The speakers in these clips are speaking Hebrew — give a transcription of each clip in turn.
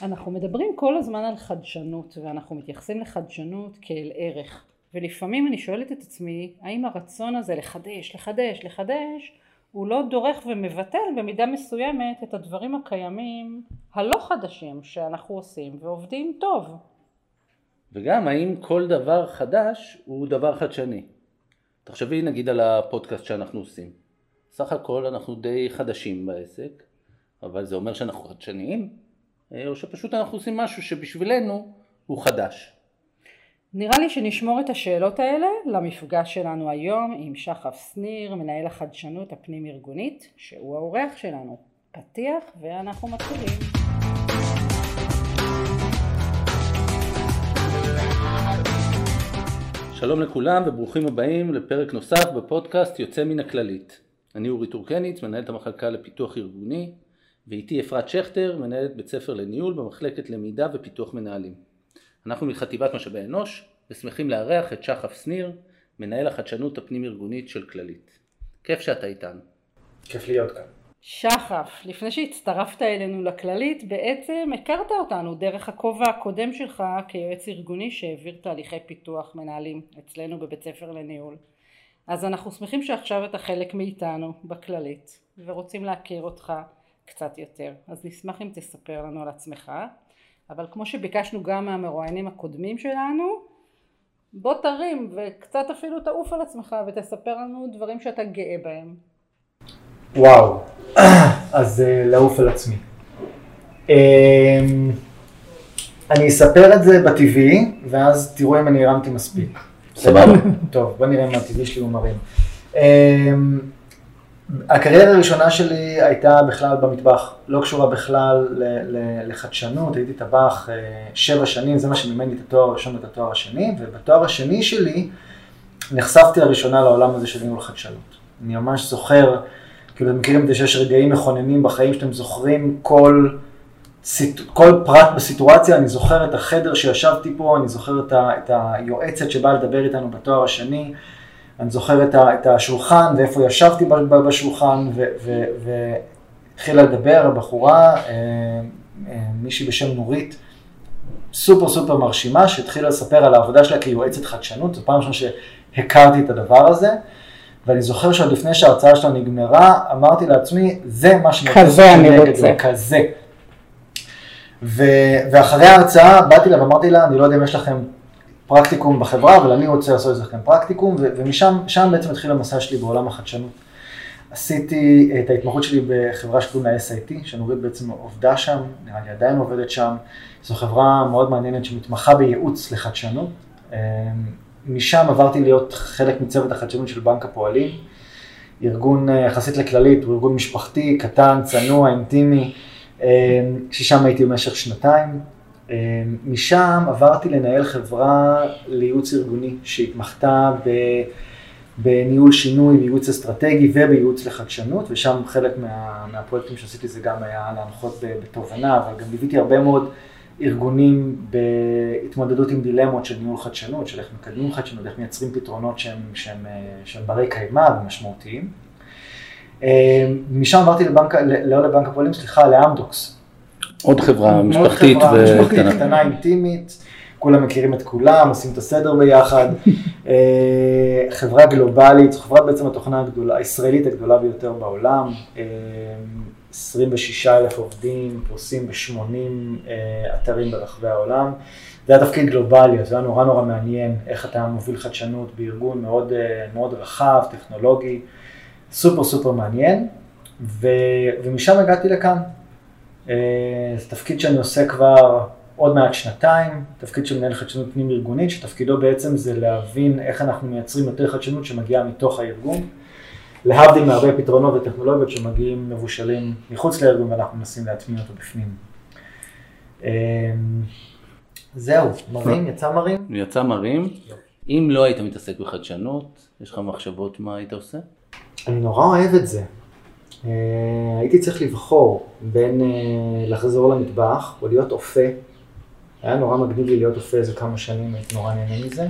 אנחנו מדברים כל הזמן על חדשנות, ואנחנו מתייחסים לחדשנות כאל ערך. ולפעמים אני שואלת את עצמי, האם הרצון הזה לחדש, הוא לא דורך ומבטל במידה מסוימת את הדברים הקיימים הלא חדשים שאנחנו עושים ועובדים טוב. וגם האם כל דבר חדש הוא דבר חדשני. תחשבי נגיד על הפודקאסט שאנחנו עושים. סך הכל אנחנו די חדשים בעסק, אבל זה אומר שאנחנו חדשניים, או שפשוט אנחנו עושים משהו שבשבילנו הוא חדש. נראה לי שנשמור את השאלות האלה למפגש שלנו היום עם שחף שניר, מנהל החדשנות הפנים ארגונית, שהוא האורח שלנו. פתיח ואנחנו מתחילים. שלום לכולם וברוכים הבאים לפרק נוסף בפודקאסט יוצא מן הכללית. אני אורי טורקניץ, מנהלת המחלקה לפיתוח ארגוני, ואיתי אפרת שכטר, מנהלת בית ספר לניהול במחלקת למידה ופיתוח מנהלים. אנחנו מחטיבת משאבי אנוש ושמחים לארח את שחף שניר, מנהל החדשנות הפנים ארגונית של כללית. כיף שאתה איתנו. כיף להיות כאן. שחף, לפני שהצטרפת אלינו לכללית, בעצם הכרת אותנו דרך הכובע הקודם שלך כיועץ ארגוני שהעביר תהליכי פיתוח מנהלים אצלנו בבית ספר לניהול. אז אנחנו שמחים שעכשיו אתה חלק מאיתנו בכללית ורוצים להכיר אותך קצת יותר. אז נשמח אם תספר לנו על עצמך, אבל כמו שביקשנו גם מהמרואיינים הקודמים שלנו, בוא תרים וקצת אפילו תעוף על עצמך ותספר לנו דברים שאתה גאה בהם. וואו, אז לעוף על עצמי. אני אספר את זה בטבעי, ואז תראו אם אני הרמתי מספיק. סבבה. טוב, בוא נראה מה הטבעי שלי הוא מרים. הקריירה הראשונה שלי הייתה בכלל במטבח, לא קשורה בכלל לחדשנות, הייתי טבח 7 שנים, זה מה שמימן לי את התואר הראשון ואת התואר השני, ובתואר השני שלי נחשפתי לראשונה לעולם הזה של ניהול חדשנות. אני ממש זוכר, כאילו אתם מכירים את זה שיש רגעים מכוננים בחיים שאתם זוכרים כל פרט בסיטואציה, אני זוכר את החדר שישבתי פה, אני זוכר את היועצת שבאה לדבר איתנו בתואר השני, אני זוכר את השולחן ואיפה ישבתי בשולחן, והתחילה לדבר הבחורה, מישהי בשם נורית, סופר מרשימה, שהתחילה לספר על העבודה שלה כיועצת חדשנות, זו פעם ראשונה שהכרתי את הדבר הזה, ואני זוכר שעוד לפני שההרצאה שלה נגמרה, אמרתי לעצמי, זה מה שאני רוצה. כזה. ואחרי ההרצאה באתי לה ואמרתי לה, אני לא יודע אם יש לכם פרקטיקום בחברה, אבל אני רוצה לעשות לכם פרקטיקום, ומשם בעצם התחיל המסע שלי בעולם החדשנות. עשיתי את ההתמחות שלי בחברה שקוראים לה SIT, שנורית בעצם עובדה שם, נראה לי עדיין עובדת שם. זו חברה מאוד מעניינת שמתמחה בייעוץ לחדשנות. משם עברתי להיות חלק מצוות החדשנות של בנק הפועלים. ארגון יחסית לכללית, הוא ארגון משפחתי, קטן, צנוע, אינטימי, ששם הייתי במשך 2 משם עברתי לנהל חברה לייעוץ ארגוני שהתמחתה בניהול שינוי, בייעוץ אסטרטגי ובייעוץ לחדשנות, ושם חלק מהפרויקטים שעשיתי זה גם היה להנחות בתובנה, אבל גם ליוויתי הרבה מאוד ארגונים בהתמודדות עם דילמות של ניהול חדשנות, של איך מקדמים חדשנות, איך מייצרים פתרונות שהם ברי קיימא ומשמעותיים. משם עברתי לא לבנק הפועלים, לאמדוקס. עוד חברה משפחתית וקטנה. קטנה אינטימית, כולם מכירים את כולם, עושים את הסדר ביחד. חברה גלובלית, חברה בעצם התוכנה הישראלית הגדולה ביותר בעולם. 26,000 עובדים, פרוסים ב80 אתרים ברחבי העולם. זה היה תפקיד גלובלי, זה היה נורא מעניין איך אתה מוביל חדשנות בארגון מאוד רחב, טכנולוגי, סופר מעניין. ומשם הגעתי לכאן. זה תפקיד שאני עושה כבר עוד מעט 2, תפקיד של מנהל חדשנות פנים ארגונית, שתפקידו בעצם זה להבין איך אנחנו מייצרים יותר חדשנות שמגיעה מתוך הארגון, להבדיל מהרבה פתרונות וטכנולוגיות שמגיעים מבושלים מחוץ לארגון ואנחנו מנסים להטמיע אותו בפנים. זהו, מרים, יצא מרים? יצא מרים. אם לא היית מתעסק בחדשנות, יש לך מחשבות מה היית עושה? אני נורא אוהב את זה. הייתי צריך לבחור בין לחזור למטבח או להיות אופה. היה נורא מגניב לי להיות אופה איזה כמה שנים, הייתי נורא נהנה מזה.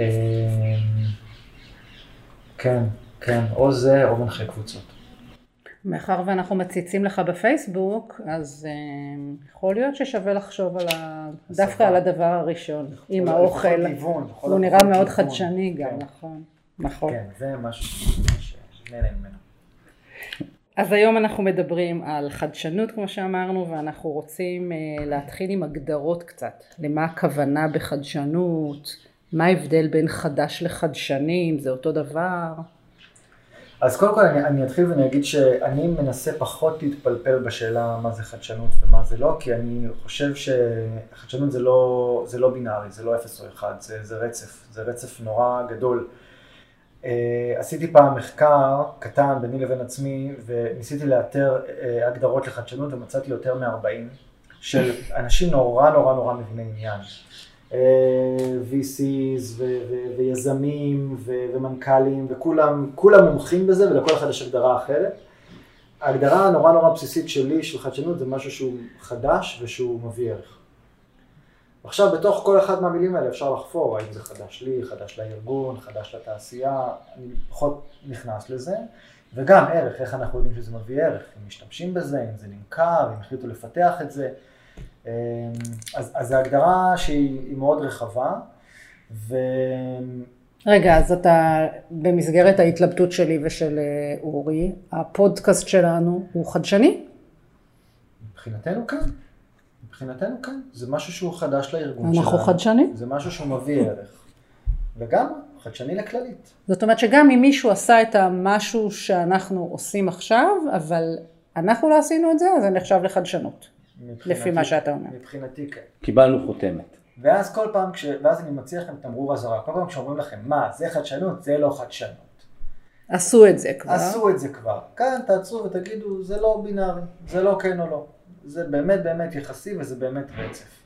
כן, או זה או מנחה קבוצות. מאחר ואנחנו מציצים לך בפייסבוק, אז יכול להיות ששווה לחשוב דווקא על הדבר הראשון, עם האוכל. הוא נראה מאוד חדשני גם, נכון. נכון. כן, זה משהו שנהנה ממנו. אז היום אנחנו מדברים על חדשנות כמו שאמרנו, ואנחנו רוצים להתחיל עם הגדרות קצת. למה הכוונה בחדשנות? מה ההבדל בין חדש לחדשני, אם זה אותו דבר? אז קודם כל אני אתחיל ואני אגיד שאני מנסה פחות להתפלפל בשאלה מה זה חדשנות ומה זה לא, כי אני חושב שחדשנות זה לא בינארי, זה לא 0 או 1, זה רצף נורא גדול. עשיתי פעם מחקר קטן ביני לבין עצמי וניסיתי לאתר הגדרות לחדשנות ומצאתי יותר מ-40 של אנשים נורא מביני עניין. VCs ויזמים ומנכ"לים וכולם מומחים בזה ולכל אחד יש הגדרה אחרת. ההגדרה נורא בסיסית שלי של חדשנות זה משהו שהוא חדש ושהוא מביא ערך. עכשיו בתוך כל אחד מהמילים האלה אפשר לחפור, האם זה חדש לי, חדש לארגון, חדש לתעשייה, אני פחות נכנס לזה. וגם ערך, איך אנחנו יודעים שזה מביא ערך, אם משתמשים בזה, אם זה נמכר, אם החליטו לפתח את זה. אז ההגדרה שהיא מאוד רחבה, רגע, אז אתה במסגרת ההתלבטות שלי ושל אורי, הפודקאסט שלנו הוא חדשני? מבחינתנו כן, זה משהו שהוא חדש לארגון שלנו. אנחנו חדשני? זה משהו שהוא מביא ערך, וגם חדשני לכללית. זאת אומרת שגם אם מישהו עשה את המשהו שאנחנו עושים עכשיו, אבל אנחנו לא עשינו את זה, אז זה נחשב לחדשנות. לפי מה שאתה אומר. מבחינתי כן. קיבלנו חותמת. ואז כל פעם, ואז אני מציע לכם תמרור אזהרה, כל פעם כשאומרים לכם, מה, זה חדשנות, זה לא חדשנות. עשו את זה כבר. כאן תעצרו ותגידו, זה לא בינארי, זה לא כן או לא. זה באמת יחסי וזה באמת רצף.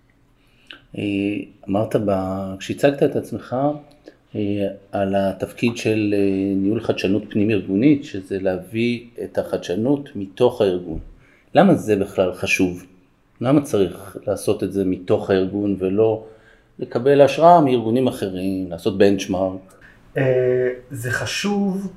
אמרת, כשהצגת את עצמך, על התפקיד של ניהול חדשנות פנים ארגונית, שזה להביא את החדשנות מתוך הארגון. למה זה בכלל חשוב? למה צריך לעשות את זה מתוך הארגון ולא לקבל השראה מארגונים אחרים, לעשות בנצ'מארק? זה חשוב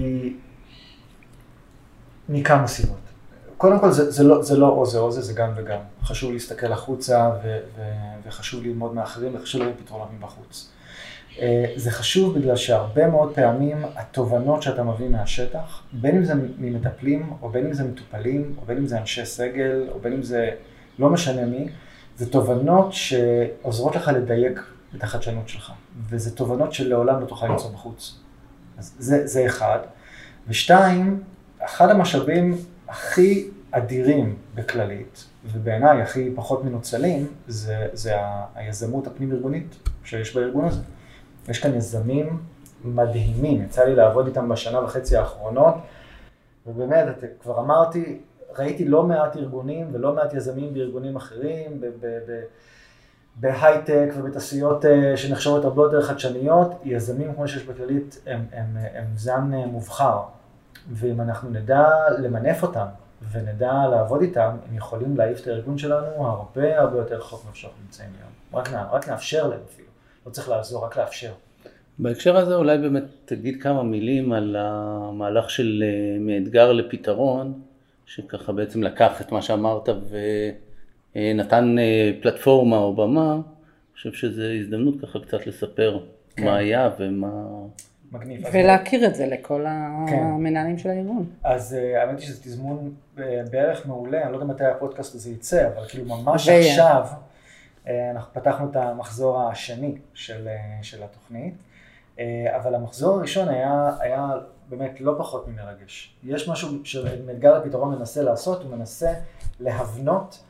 מכמה סיבות. קודם כל זה לא או זה גם וגם. חשוב להסתכל החוצה וחשוב ללמוד מאחרים וחשוב להביא פתרונות מבחוץ. זה חשוב בגלל שהרבה מאוד פעמים התובנות שאתה מביא מהשטח, בין אם זה ממטפלים, או בין אם זה מטופלים, או בין אם זה אנשי סגל, או בין אם זה לא משנה מי, זה תובנות שעוזרות לך לדייק את החדשנות שלך. וזה תובנות שלעולם לא תוכל למצוא בחוץ. אז זה אחד. ושתיים, אחד המשאבים הכי אדירים בכללית, ובעיניי הכי פחות מנוצלים, זה היזמות הפנים ארגונית שיש בארגון הזה. יש כאן יזמים מדהימים, יצא לי לעבוד איתם בשנה וחצי האחרונות, ובאמת, כבר אמרתי, ראיתי לא מעט ארגונים ולא מעט יזמים בארגונים אחרים, בהייטק ובתעשיות שנחשבות הרבה יותר חדשניות, יזמים כמו שיש בכללית הם זן מובחר, ואם אנחנו נדע למנף אותם ונדע לעבוד איתם, הם יכולים להעיף את הארגון שלנו הרבה יותר רחוק מאיפה שאנחנו נמצאים היום. רק נאפשר להם אפילו. לא צריך לעזור, רק לאפשר. בהקשר הזה אולי באמת תגיד כמה מילים על המהלך של מאתגר לפתרון, שככה בעצם לקח את מה שאמרת ונתן פלטפורמה או במה. אני חושב שזו הזדמנות ככה קצת לספר מה היה ומה... מגניב. ולהכיר את זה לכל המנהלים של הארגון. אז האמת היא שזה תזמון בערך מעולה, אני לא יודע מתי הפודקאסט הזה יצא, אבל כאילו ממש עכשיו, אנחנו פתחנו את המחזור השני של התוכנית, אבל המחזור הראשון היה באמת לא פחות ממרגש. יש משהו שמאתגר לפתרון מנסה לעשות, הוא מנסה להבנות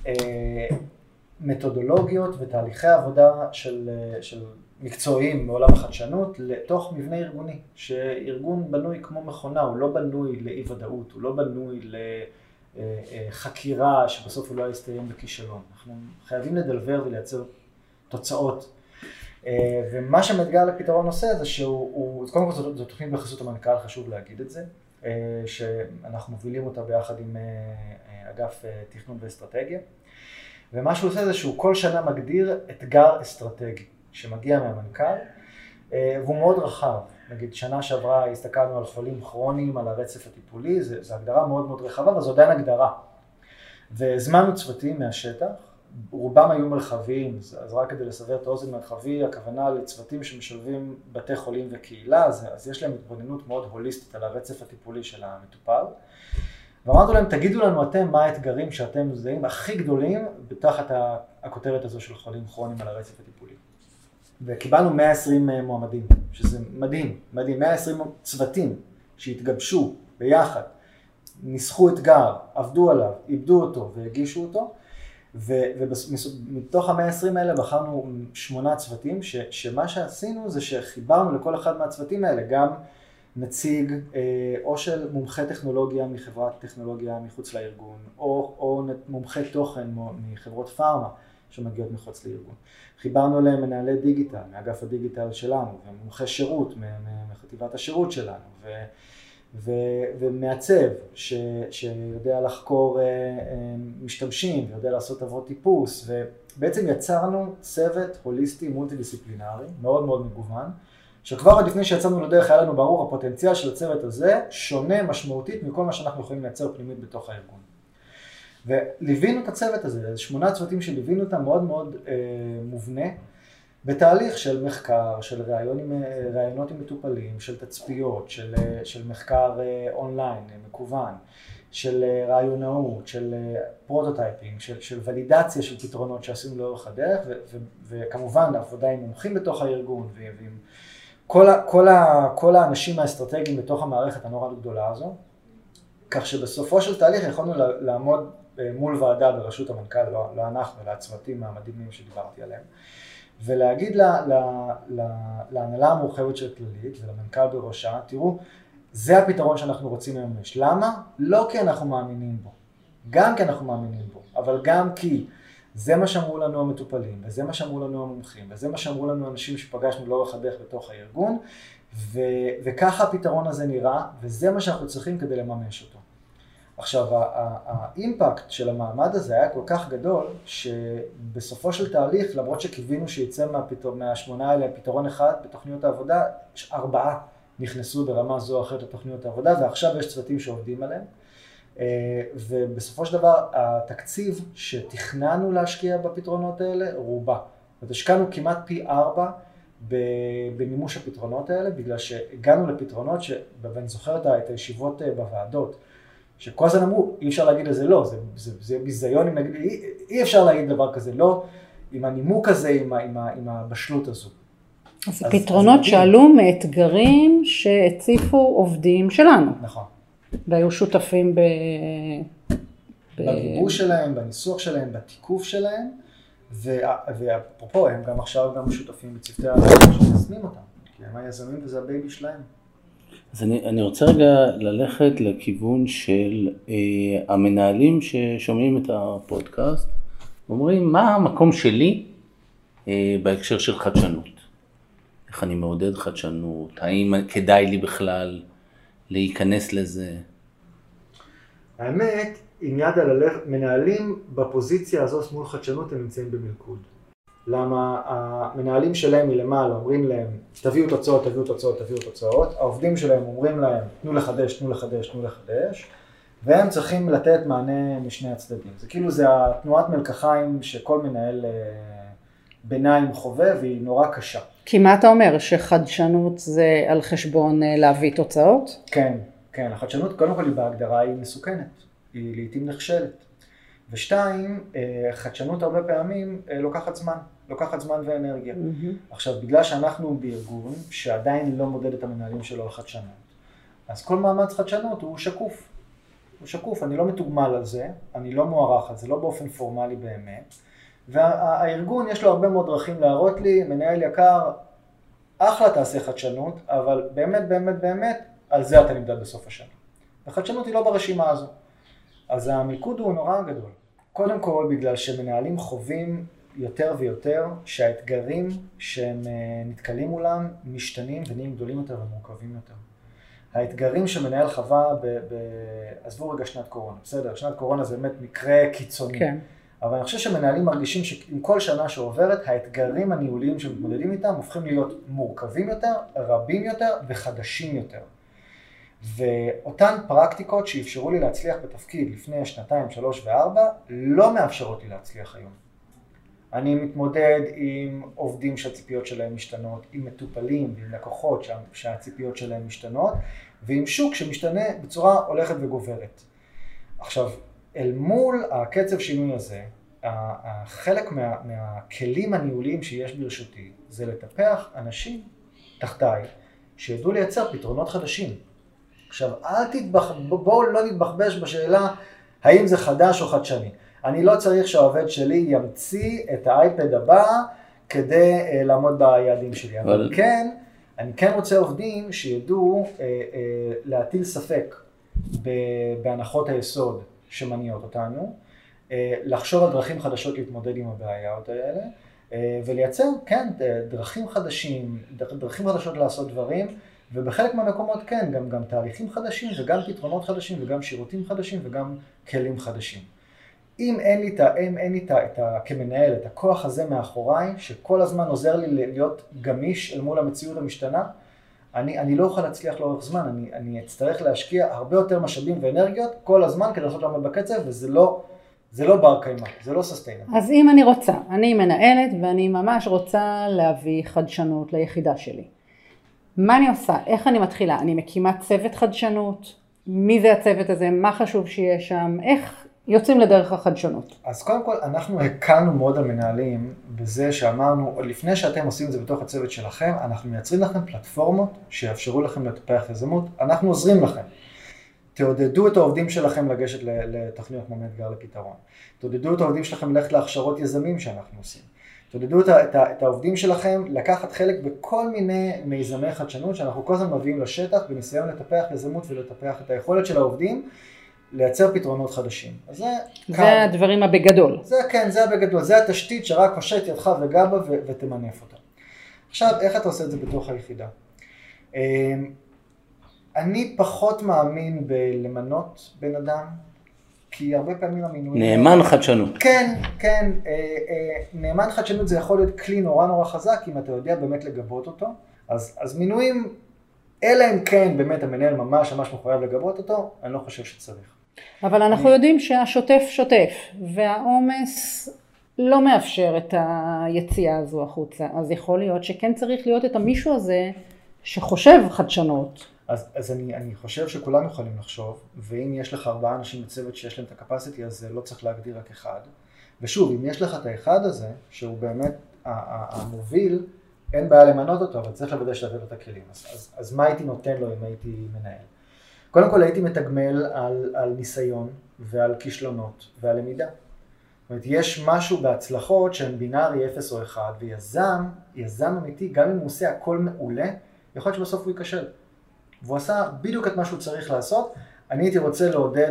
מתודולוגיות ותהליכי עבודה של מקצועיים בעולם החדשנות לתוך מבנה ארגוני, שארגון בנוי כמו מכונה, הוא לא בנוי לאי ודאות, הוא לא בנוי לחקירה שבסוף הוא לא יסתיים בכישלון. אנחנו חייבים לדלבר ולייצר תוצאות. ומה שמאתגר לפתרון עושה זה שהוא, קודם כל זו תוכנית בחסות המנכ"ל, חשוב להגיד את זה, שאנחנו מובילים אותה ביחד עם אגף תכנון ואסטרטגיה, ומה שהוא עושה זה שהוא כל שנה מגדיר אתגר אסטרטגי שמגיע מהמנכ"ל, והוא מאוד רחב. נגיד שנה שעברה הסתכלנו על חולים כרוניים, על הרצף הטיפולי, זו הגדרה מאוד מאוד רחבה, אבל זו עדיין הגדרה. והזמנו צוותים מהשטח, רובם היו מרחביים, אז רק כדי לסבר את האוזן מרחבי, הכוונה לצוותים שמשלבים בתי חולים וקהילה, אז יש להם התבוננות מאוד הוליסטית על הרצף הטיפולי של המטופל. ואמרנו להם, תגידו לנו אתם מה האתגרים שאתם מזהים הכי גדולים בתחת הכותרת הזו של חולים כרוניים על הרצף הטיפולי. וקיבלנו 120 מועמדים, שזה מדהים, מדהים, 120 צוותים שהתגבשו ביחד, ניסחו אתגר, עבדו עליו, איבדו אותו והגישו אותו, ומתוך ה-120 האלה בחרנו 8 צוותים, שמה שעשינו זה שחיברנו לכל אחד מהצוותים האלה גם נציג או של מומחה טכנולוגיה מחברת טכנולוגיה מחוץ לארגון, או מומחה תוכן מחברות פארמה שמגיעות מחוץ לארגון. חיברנו להם מנהלי דיגיטל, מאגף הדיגיטל שלנו, ומומחה שירות מחטיבת השירות שלנו, ומעצב שיודע לחקור משתמשים ויודע לעשות עברות טיפוס, ובעצם יצרנו צוות הוליסטי מולטי-דיסציפלינרי, מאוד מאוד מגוון, שכבר עוד לפני שיצאנו לדרך היה לנו ברור הפוטנציאל של הצוות הזה שונה משמעותית מכל מה שאנחנו יכולים לייצר פנימית בתוך הארגון. וליווינו את הצוות הזה, 8 צוותים שליווינו אותם מאוד מאוד מובנה, בתהליך של מחקר, של ראיונות עם מטופלים, של תצפיות, של מחקר אונליין, מקוון, של רעיונאות, של פרוטוטייפינג, של ולידציה של פתרונות שעשינו לאורך הדרך, וכמובן עבודה עם מומחים בתוך הארגון, ועם כל האנשים האסטרטגיים בתוך המערכת הנורא גדולה הזו, כך שבסופו של תהליך יכולנו לעמוד מול ועדה בראשות המנכ"ל, לא אנחנו, אלא הצוותים המדהימים שדיברתי עליהם, ולהגיד להנהלה המורחבת של כללית ולמנכ"ל בראשה, תראו, זה הפתרון שאנחנו רוצים לממש. למה? לא כי אנחנו מאמינים בו, גם כי אנחנו מאמינים בו, אבל גם כי זה מה שאמרו לנו המטופלים, וזה מה שאמרו לנו המומחים, וזה מה שאמרו לנו אנשים שפגשנו לאורך הדרך בתוך הארגון, וככה הפתרון הזה נראה, וזה מה שאנחנו צריכים כדי לממש אותו. עכשיו, האימפקט של המעמד הזה היה כל כך גדול, שבסופו של תהליך, למרות שקיווינו שיצא מה8 האלה פתרון אחד בתוכניות העבודה, 4 נכנסו ברמה זו או אחרת לתוכניות העבודה, ועכשיו יש צוותים שעובדים עליהם. ובסופו של דבר, התקציב שתכננו להשקיע בפתרונות האלה, רובה. השקענו כמעט פי 4 במימוש הפתרונות האלה, בגלל שהגענו לפתרונות, ואני זוכר את הישיבות בוועדות, שכל הזמן אמרו, אי אפשר להגיד לזה לא, זה ביזיון, אי אפשר להגיד דבר כזה לא, עם הנימוק הזה, עם הבשלות הזו. אז פתרונות שעלו מאתגרים שהציפו עובדים שלנו. נכון. והיו שותפים בגיבוש שלהם, בניסוח שלהם, בתיקוף שלהם, ואפרופו, הם גם עכשיו גם שותפים בצוותי העבודה שמיישמים אותם, כי הם היזמים וזה הבייבי שלהם. אז אני רוצה רגע ללכת לכיוון של המנהלים ששומעים את הפודקאסט, אומרים מה המקום שלי בהקשר של חדשנות. איך אני מעודד חדשנות, האם כדאי לי בכלל להיכנס לזה? האמת, עם יד על הלב, מנהלים בפוזיציה הזו מול חדשנות הם נמצאים במלכוד. למה המנהלים שלהם מלמעלה אומרים להם, תביאו תוצאות, תביאו תוצאות, תביאו תוצאות, העובדים שלהם אומרים להם, תנו לחדש, תנו לחדש, תנו לחדש, והם צריכים לתת מענה משני הצדדים. זה כאילו זה התנועת מלקחיים שכל מנהל ביניים חווה והיא נורא קשה. כי מה אתה אומר, שחדשנות זה על חשבון להביא תוצאות? כן, כן, החדשנות קודם כל היא בהגדרה היא מסוכנת, היא לעתים נכשלת. ושתיים, חדשנות הרבה פעמים לוקחת זמן ואנרגיה. עכשיו, בגלל שאנחנו בארגון שעדיין לא מודד את המנהלים שלו על חדשנות, אז כל מאמץ חדשנות הוא שקוף. הוא שקוף, אני לא מתוגמל על זה, אני לא מוערך על זה, לא באופן פורמלי באמת. והארגון יש לו הרבה מאוד דרכים להראות לי, מנהל יקר, אחלה תעשה חדשנות, אבל באמת, באמת, באמת, על זה אתה נמדד בסוף השנה. וחדשנות היא לא ברשימה הזו. אז המיקוד הוא נורא גדול. קודם כל, בגלל שמנהלים חווים יותר ויותר שהאתגרים שהם נתקלים מולם משתנים ונהיים גדולים יותר ומורכבים יותר. האתגרים שמנהל חווה עזבו רגע שנת קורונה, בסדר, שנת קורונה זה באמת מקרה קיצוני. כן. אבל אני חושב שמנהלים מרגישים שעם כל שנה שעוברת, האתגרים הניהוליים שמתמודדים איתם הופכים להיות מורכבים יותר, רבים יותר וחדשים יותר. ואותן פרקטיקות שאפשרו לי להצליח בתפקיד לפני 2, 3 ו4, לא מאפשרות לי להצליח היום. אני מתמודד עם עובדים שהציפיות שלהם משתנות, עם מטופלים ועם לקוחות שהציפיות שלהם משתנות, ועם שוק שמשתנה בצורה הולכת וגוברת. עכשיו, אל מול הקצב שינוי הזה, חלק מהכלים הניהוליים שיש ברשותי, זה לטפח אנשים תחתיי, שידעו לייצר פתרונות חדשים. עכשיו, בואו לא נתבחבש בשאלה האם זה חדש או חדשני. אני לא צריך שהעובד שלי ימציא את האייפד הבא כדי לעמוד ביעדים שלי. אבל אני כן רוצה עובדים שידעו להטיל ספק בהנחות היסוד שמניעות אותנו, לחשוב על דרכים חדשות להתמודד עם הבעיות האלה, ולייצר, כן, דרכים חדשות לעשות דברים, ובחלק מהמקומות כן, גם תאריכים חדשים, וגם פתרונות חדשים, וגם שירותים חדשים, וגם כלים חדשים. אם אין לי כמנהל את הכוח הזה מאחוריי, שכל הזמן עוזר לי להיות גמיש אל מול המציאות המשתנה, אני לא אוכל להצליח לאורך זמן, אני אצטרך להשקיע הרבה יותר משאבים ואנרגיות כל הזמן כדי לעשות לעמוד בקצב, וזה לא בר קיימא, זה לא ססטיינבל. אז אם אני מנהלת ואני ממש רוצה להביא חדשנות ליחידה שלי. מה אני עושה? איך אני מתחילה? אני מקימה צוות חדשנות? מי זה הצוות הזה? מה חשוב שיהיה שם? איך יוצאים לדרך החדשנות? אז קודם כל, אנחנו הקלנו מאוד על מנהלים בזה שאמרנו, עוד לפני שאתם עושים את זה בתוך הצוות שלכם, אנחנו מייצרים לכם פלטפורמות שיאפשרו לכם לטפח יזמות, אנחנו עוזרים לכם. תעודדו את העובדים שלכם לגשת לתוכניות כמו מאתגר לפתרון. תעודדו את העובדים שלכם ללכת להכשרות יזמים שאנחנו עושים. תעודדו את העובדים שלכם לקחת חלק בכל מיני מיזמי חדשנות שאנחנו כל הזמן מביאים לשטח בניסיון לטפח יזמות ולטפח את היכולת של העובדים לייצר פתרונות חדשים. אז זה הדברים הבגדול. זה הבגדול. זה התשתית שרק הושט ידך וגע בה ותמנף אותה. עכשיו, איך אתה עושה את זה בתוך היחידה? אני פחות מאמין בלמנות בן אדם, כי הרבה פעמים המינויים... נאמן חדשנות. כן. נאמן חדשנות זה יכול להיות כלי נורא חזק, אם אתה יודע באמת לגבות אותו. אז מינויים, אלא אם כן באמת המנהל ממש מחויב לגבות אותו, אני לא חושב שצריך. אבל אנחנו יודעים שהשוטף שוטף, והעומס לא מאפשר את היציאה הזו החוצה. אז יכול להיות שכן צריך להיות את המישהו הזה שחושב חדשנות. אז אני חושב שכולם יכולים לחשוב, ואם יש לך 4 אנשים בצוות שיש להם את הקפסיטי, אז לא צריך להגדיר רק אחד. ושוב, אם יש לך את האחד הזה, שהוא באמת המוביל, אין בעיה למנות אותו, אבל צריך לוודא שתעביר את הכלים. אז מה הייתי נותן לו אם הייתי מנהל? קודם כל הייתי מתגמל על ניסיון ועל כישלונות ועל למידה. זאת אומרת, יש משהו בהצלחות שהן בינארי 0 או 1, ויזם אמיתי, גם אם הוא עושה הכל מעולה, יכול להיות שבסוף הוא ייכשל. והוא עשה בדיוק את מה שהוא צריך לעשות. אני הייתי רוצה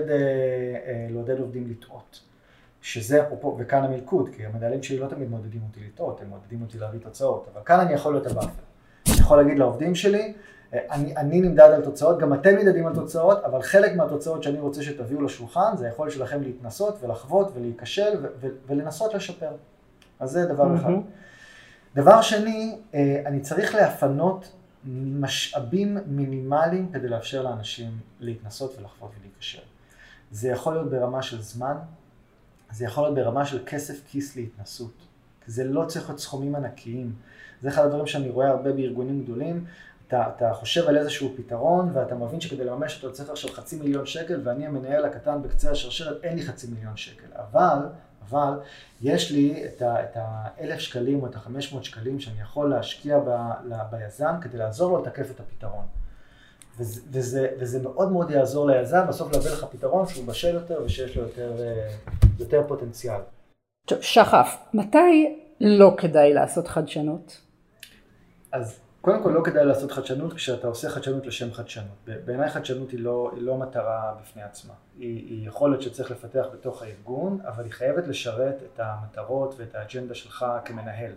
לעודד עובדים לטעות. שזה אפרופו, וכאן המלכוד, כי המנהלים שלי לא תמיד מעודדים אותי לטעות, הם מעודדים אותי להביא תוצאות, אבל כאן אני יכול להיות הבאפר. אני יכול להגיד לעובדים שלי, אני נמדד על תוצאות, גם אתם נמדדים על תוצאות, אבל חלק מהתוצאות שאני רוצה שתביאו לשולחן, זה היכולת שלכם להתנסות ולחוות ולהיכשל ולנסות לשפר. אז זה דבר אחד. דבר שני, אני צריך להפנות משאבים מינימליים כדי לאפשר לאנשים להתנסות ולחוות ולהיכשל. זה יכול להיות ברמה של זמן, זה יכול להיות ברמה של כסף כיס להתנסות. זה לא צריך להיות סכומים ענקיים. זה אחד הדברים שאני רואה הרבה בארגונים גדולים. אתה חושב על איזשהו פתרון, ואתה מבין שכדי לממש אותו צריך עכשיו 500,000 שקל, ואני המנהל הקטן בקצה השרשרת, אין לי 500,000 שקל. אבל יש לי את ה-1,000 שקלים או את ה-500 שקלים שאני יכול להשקיע ביזם כדי לעזור לו לתקף את הפתרון. וזה מאוד מאוד יעזור ליזם, בסוף להביא לך פתרון שהוא בשל יותר ושיש לו יותר פוטנציאל. טוב, שחף, מתי לא כדאי לעשות חדשנות? אז קודם כל לא כדאי לעשות חדשנות כשאתה עושה חדשנות לשם חדשנות. בעיניי חדשנות היא לא מטרה בפני עצמה. היא יכולת שצריך לפתח בתוך הארגון, אבל היא חייבת לשרת את המטרות ואת האג'נדה שלך כמנהל.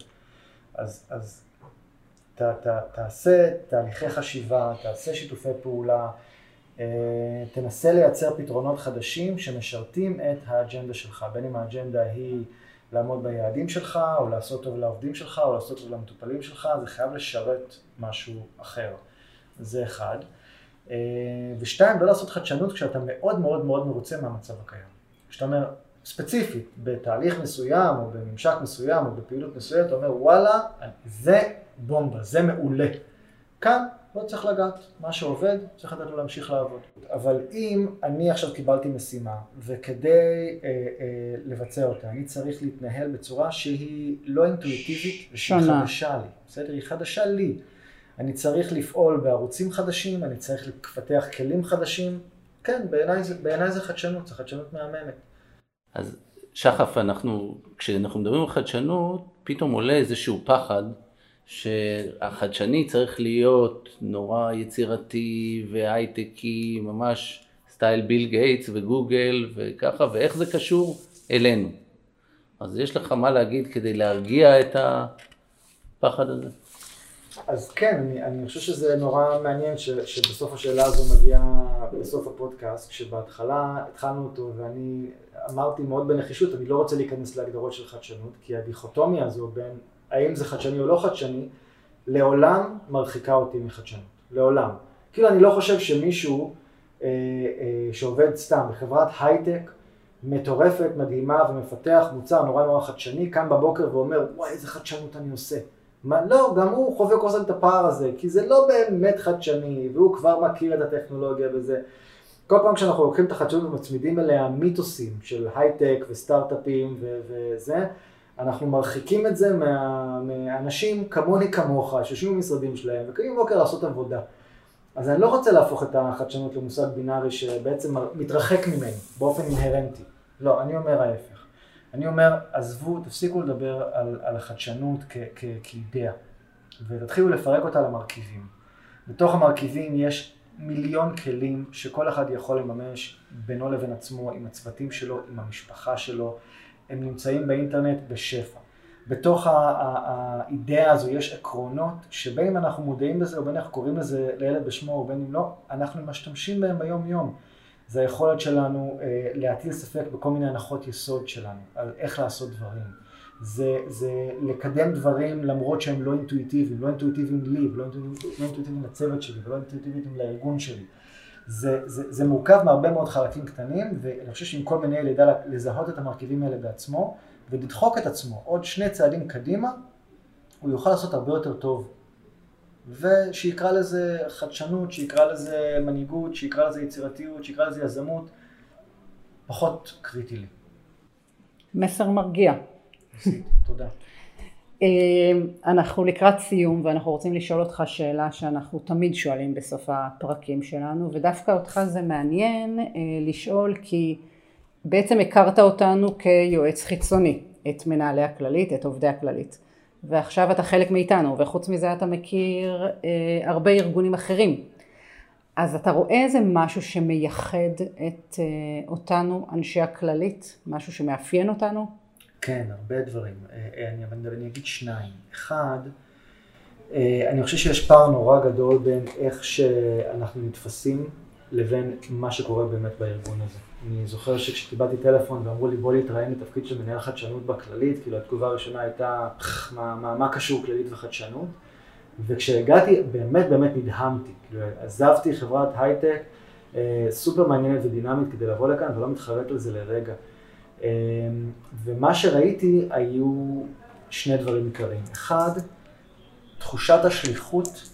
אז תעשה תהליכי חשיבה, תעשה שיתופי פעולה, תנסה לייצר פתרונות חדשים שמשרתים את האג'נדה שלך, בין אם האג'נדה היא לעמוד ביעדים שלך, או לעשות טוב לעובדים שלך, או לעשות טוב למטופלים שלך, זה חייב לשרת משהו אחר. זה אחד. ושתיים, לא לעשות חדשנות כשאתה מאוד מאוד מאוד מרוצה מהמצב הקיים. כשאתה אומר, ספציפית, בתהליך מסוים, או בממשק מסוים, או בפעילות מסוימת, אתה אומר, וואלה, זה בומבה, זה מעולה. כאן לא צריך לגעת, מה שעובד, צריך לתת לו להמשיך לעבוד. אבל אם אני עכשיו קיבלתי משימה, וכדי לבצע אותה, אני צריך להתנהל בצורה שהיא לא אינטואיטיבית, ושהיא חדשה לי. בסדר? היא חדשה לי. אני צריך לפעול בערוצים חדשים, אני צריך לפתח כלים חדשים. כן, בעיניי זה חדשנות, זה חדשנות מהממת. אז שחף, כשאנחנו מדברים על חדשנות, פתאום עולה איזשהו פחד, שהחדשני צריך להיות נורא יצירתי והייטקי, ממש סטייל ביל גייטס וגוגל וככה, ואיך זה קשור אלינו. אז יש לך מה להגיד כדי להרגיע את הפחד הזה? אז כן, אני חושב שזה נורא מעניין שבסוף השאלה הזו מגיעה בסוף הפודקאסט, כשבהתחלה התחלנו אותו ואני אמרתי מאוד בנחישות, אני לא רוצה להיכנס להגדרות של חדשנות, כי הדיכוטומיה הזו בין האם זה חדשני או לא חדשני, לעולם מרחיקה אותי מחדשנות, לעולם. כאילו אני לא חושב שמישהו שעובד סתם בחברת הייטק, מטורפת, מדהימה ומפתח מוצר נורא נורא חדשני, קם בבוקר ואומר, וואי איזה חדשנות אני עושה. מה, לא, גם הוא חווה כל את הפער הזה, כי זה לא באמת חדשני, והוא כבר מכיר את הטכנולוגיה וזה. כל פעם כשאנחנו לוקחים את החדשנות ומצמידים אליה מיתוסים של הייטק וסטארט-אפים וזה, אנחנו מרחיקים את זה מאנשים כמוני כמוך, שיושבים במשרדים שלהם וקמים בבוקר לעשות עבודה. אז אני לא רוצה להפוך את החדשנות למושג בינארי שבעצם מתרחק ממני באופן אינהרנטי. לא, אני אומר ההפך. אני אומר, עזבו, תפסיקו לדבר על החדשנות כאידאה, ותתחילו לפרק אותה למרכיבים. בתוך המרכיבים יש מיליון כלים שכל אחד יכול לממש בינו לבין עצמו, עם הצוותים שלו, עם המשפחה שלו. הם נמצאים באינטרנט בשפע. בתוך האידאה הזו יש עקרונות שבין אם אנחנו מודעים לזה או בין אנחנו קוראים לזה לילד בשמו או בין אם לא, אנחנו משתמשים בהם ביום יום. זה היכולת שלנו להטיל ספק בכל מיני הנחות יסוד שלנו, על איך לעשות דברים. זה לקדם דברים למרות שהם לא אינטואיטיביים, לא אינטואיטיביים לי, לא אינטואיטיביים לצוות שלי, ולא אינטואיטיביים לארגון שלי. זה מורכב מהרבה מאוד חלקים קטנים, ואני חושב שאם כל מנהל ידע לזהות את המרכיבים האלה בעצמו, ולדחוק את עצמו עוד 2 צעדים קדימה, הוא יוכל לעשות הרבה יותר טוב. ושיקרא לזה חדשנות, שיקרא לזה מנהיגות, שיקרא לזה יצירתיות, שיקרא לזה יזמות, פחות קריטי לי. מסר מרגיע. תודה. אנחנו לקראת סיום ואנחנו רוצים לשאול אותך שאלה שאנחנו תמיד שואלים בסוף הפרקים שלנו, ודווקא אותך זה מעניין לשאול כי בעצם הכרת אותנו כיועץ חיצוני, את מנהלי הכללית, את עובדי הכללית, ועכשיו אתה חלק מאיתנו, וחוץ מזה אתה מכיר הרבה ארגונים אחרים. אז אתה רואה איזה משהו שמייחד את אותנו אנשי הכללית, משהו שמאפיין אותנו? כן, הרבה דברים. אני אגיד 2. 1, אני חושב שיש פער נורא גדול בין איך שאנחנו נתפסים לבין מה שקורה באמת בארגון הזה. אני זוכר שכשקיבלתי טלפון ואמרו לי בוא להתראיין לתפקיד של מנהל חדשנות בכללית, כאילו התגובה הראשונה הייתה מה קשור כללית וחדשנות, וכשהגעתי באמת נדהמתי, כאילו עזבתי חברת הייטק סופר מעניינת ודינמית כדי לבוא לכאן ולא מתחרט על זה לרגע. ומה שראיתי היו 2 דברים עיקריים. 1, תחושת השליחות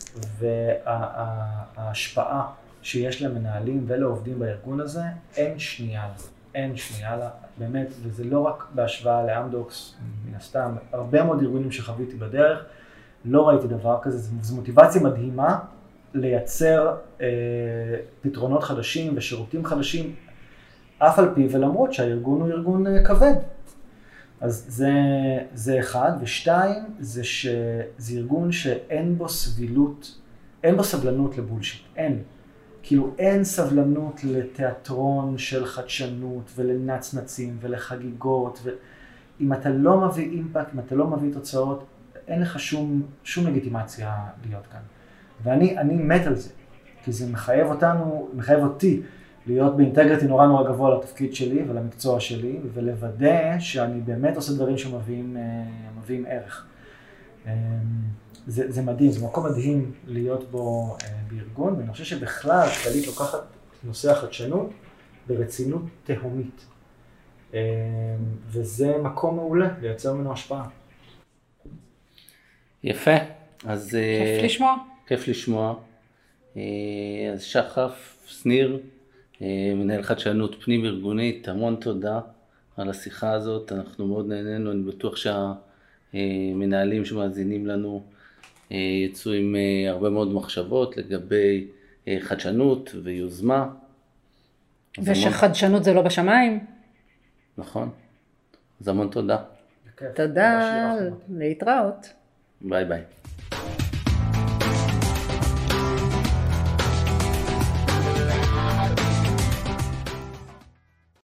וההשפעה שיש למנהלים ולעובדים בארגון הזה, אין שנייה לה, באמת, וזה לא רק בהשוואה לאמדוקס, מן הסתם, הרבה מאוד ארגונים שחוויתי בדרך, לא ראיתי דבר כזה, זו מוטיבציה מדהימה לייצר פתרונות חדשים ושירותים חדשים, אף על פי ולמרות שהארגון הוא ארגון כבד. אז זה 1, ו2 זה שזה ארגון שאין בו סבילות, אין בו סבלנות לבולשיט, כאילו אין סבלנות לתיאטרון של חדשנות ולנצנצים ולחגיגות, ואם אתה לא מביא אימפקט, אם אתה לא מביא תוצאות, אין לך שום לגיטימציה להיות כאן. ואני מת על זה. כי זה מחייב אותי להיות באינטגריטי נורא נורא גבוה לתפקיד שלי ולמקצוע שלי, ולוודא שאני באמת עושה דברים שמביאים ערך. זה מדהים, זה מקום מדהים להיות בו בארגון, ואני חושב שבכלל כללית לוקחת נושא החדשנות ברצינות תהומית. וזה מקום מעולה לייצר ממנו השפעה. יפה, אז... כיף לשמוע. כיף לשמוע. אז שחף שניר, מנהל חדשנות פנים ארגונית, המון תודה על השיחה הזאת, אנחנו מאוד נהנינו, אני בטוח שהמנהלים שמאזינים לנו יצאו עם הרבה מאוד מחשבות לגבי חדשנות ויוזמה. ושחדשנות זה לא בשמיים. נכון, אז המון תודה. תודה, להתראות. ביי ביי.